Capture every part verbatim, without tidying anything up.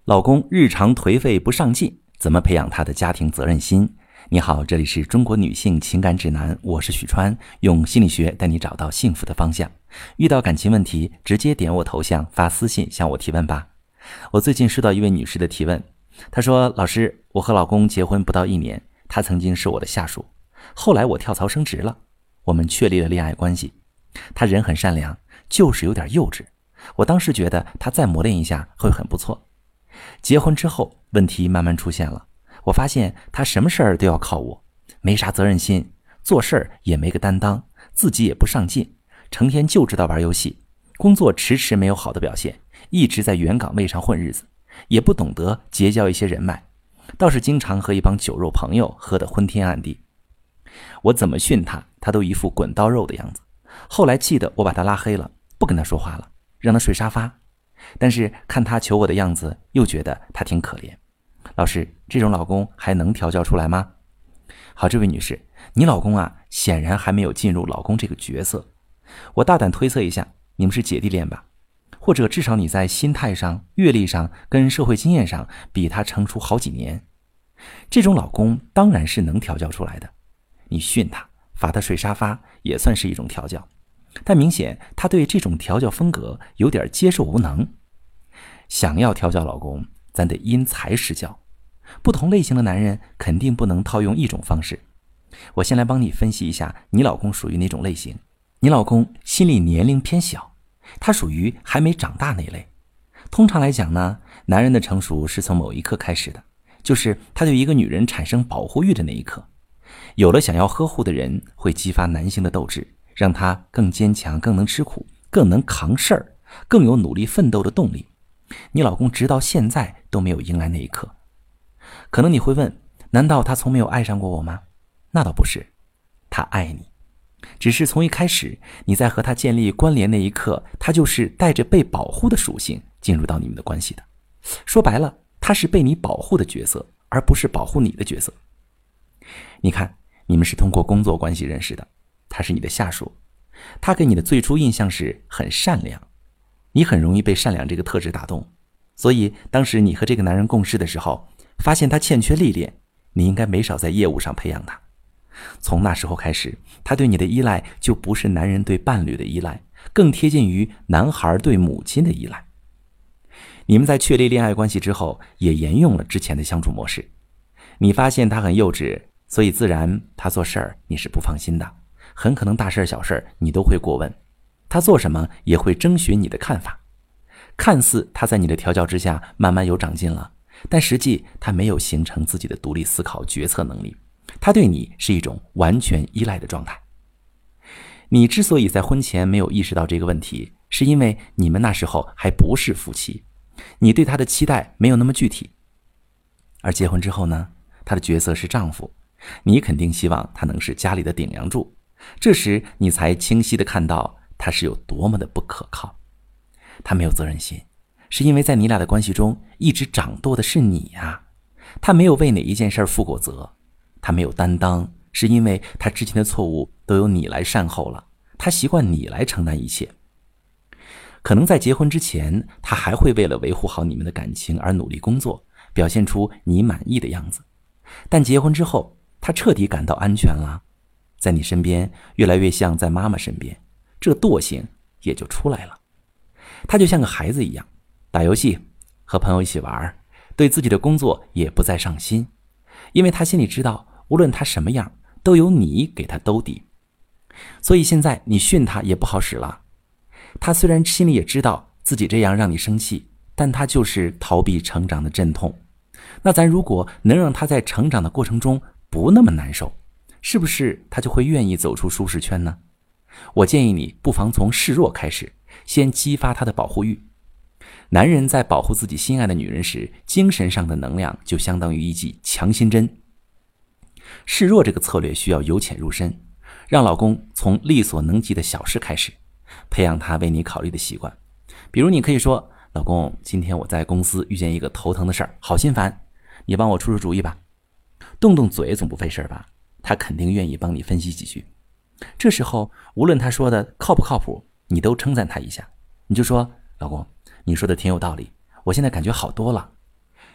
老公日常颓废不上进，怎么培养他的家庭责任心？你好，这里是中国女性情感指南，我是许川，用心理学带你找到幸福的方向。遇到感情问题，直接点我头像发私信向我提问吧。我最近收到一位女士的提问，她说：老师，我和老公结婚不到一年，他曾经是我的下属，后来我跳槽升职了，我们确立了恋爱关系。他人很善良，就是有点幼稚，我当时觉得他再磨练一下会很不错。结婚之后，问题慢慢出现了。我发现他什么事儿都要靠我，没啥责任心，做事儿也没个担当，自己也不上进，成天就知道玩游戏，工作迟迟没有好的表现，一直在原岗位上混日子，也不懂得结交一些人脉，倒是经常和一帮酒肉朋友喝得昏天暗地。我怎么训他，他都一副滚刀肉的样子。后来气得我把他拉黑了，不跟他说话了，让他睡沙发。但是看他求我的样子，又觉得他挺可怜。老师，这种老公还能调教出来吗？好，这位女士，你老公啊，显然还没有进入老公这个角色。我大胆推测一下，你们是姐弟恋吧？或者至少你在心态上、阅历上跟社会经验上比他成熟好几年。这种老公当然是能调教出来的。你训他，罚他睡沙发，也算是一种调教。但明显他对这种调教风格有点接受无能。想要调教老公，咱得因材施教。不同类型的男人肯定不能套用一种方式。我先来帮你分析一下你老公属于哪种类型。你老公心理年龄偏小，他属于还没长大那类。通常来讲呢，男人的成熟是从某一刻开始的，就是他对一个女人产生保护欲的那一刻。有了想要呵护的人，会激发男性的斗志，让他更坚强，更能吃苦，更能扛事儿，更有努力奋斗的动力。你老公直到现在都没有迎来那一刻。可能你会问，难道他从没有爱上过我吗？那倒不是，他爱你，只是从一开始你在和他建立关联那一刻，他就是带着被保护的属性进入到你们的关系的。说白了，他是被你保护的角色，而不是保护你的角色。你看，你们是通过工作关系认识的，他是你的下属，他给你的最初印象是很善良，你很容易被善良这个特质打动，所以当时你和这个男人共事的时候，发现他欠缺历练，你应该没少在业务上培养他。从那时候开始，他对你的依赖就不是男人对伴侣的依赖，更贴近于男孩对母亲的依赖。你们在确立恋爱关系之后，也沿用了之前的相处模式。你发现他很幼稚，所以自然他做事儿你是不放心的，很可能大事小事你都会过问，他做什么也会征询你的看法。看似他在你的调教之下慢慢有长进了，但实际他没有形成自己的独立思考决策能力，他对你是一种完全依赖的状态。你之所以在婚前没有意识到这个问题，是因为你们那时候还不是夫妻，你对他的期待没有那么具体。而结婚之后呢，他的角色是丈夫，你肯定希望他能是家里的顶梁柱，这时你才清晰地看到他是有多么的不可靠。他没有责任心，是因为在你俩的关系中一直掌舵的是你啊。他没有为哪一件事负过责，他没有担当，是因为他之前的错误都由你来善后了，他习惯你来承担一切。可能在结婚之前，他还会为了维护好你们的感情而努力工作，表现出你满意的样子。但结婚之后，他彻底感到安全了，在你身边越来越像在妈妈身边，这惰性也就出来了。他就像个孩子一样，打游戏，和朋友一起玩，对自己的工作也不再上心，因为他心里知道，无论他什么样，都由你给他兜底。所以现在你训他也不好使了。他虽然心里也知道自己这样让你生气，但他就是逃避成长的阵痛。那咱如果能让他在成长的过程中不那么难受，是不是他就会愿意走出舒适圈呢？我建议你不妨从示弱开始，先激发他的保护欲。男人在保护自己心爱的女人时，精神上的能量就相当于一剂强心针。示弱这个策略需要由浅入深，让老公从力所能及的小事开始，培养他为你考虑的习惯。比如你可以说，老公，今天我在公司遇见一个头疼的事儿，好心烦，你帮我出出主意吧。动动嘴总不费事吧，他肯定愿意帮你分析几句。这时候无论他说的靠不靠谱，你都称赞他一下，你就说，老公，你说的挺有道理，我现在感觉好多了。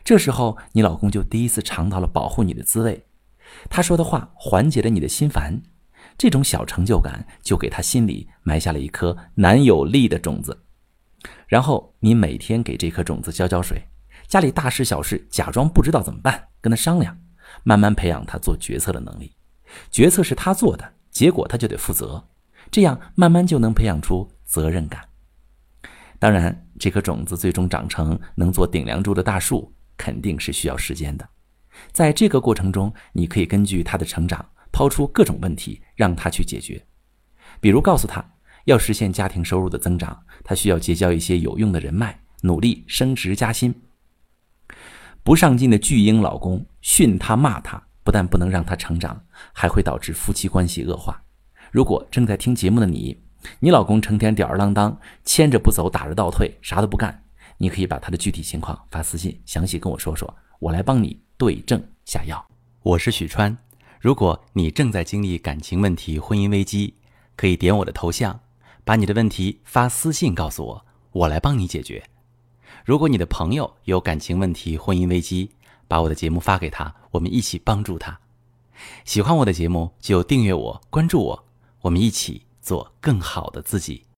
这时候你老公就第一次尝到了保护你的滋味，他说的话缓解了你的心烦，这种小成就感就给他心里埋下了一颗男友力的种子。然后你每天给这颗种子浇浇水，家里大事小事假装不知道怎么办，跟他商量，慢慢培养他做决策的能力。决策是他做的，结果他就得负责，这样慢慢就能培养出责任感。当然，这颗种子最终长成能做顶梁柱的大树，肯定是需要时间的。在这个过程中，你可以根据他的成长，抛出各种问题让他去解决。比如告诉他，要实现家庭收入的增长，他需要结交一些有用的人脉，努力升职加薪。不上进的巨婴老公，训他骂他，不但不能让他成长，还会导致夫妻关系恶化。如果正在听节目的你，你老公成天吊儿郎当，牵着不走，打着倒退，啥都不干，你可以把他的具体情况发私信详细跟我说说，我来帮你对症下药。我是许川，如果你正在经历感情问题、婚姻危机，可以点我的头像，把你的问题发私信告诉我，我来帮你解决。如果你的朋友有感情问题、婚姻危机，把我的节目发给他，我们一起帮助他。喜欢我的节目就订阅我、关注我，我们一起做更好的自己。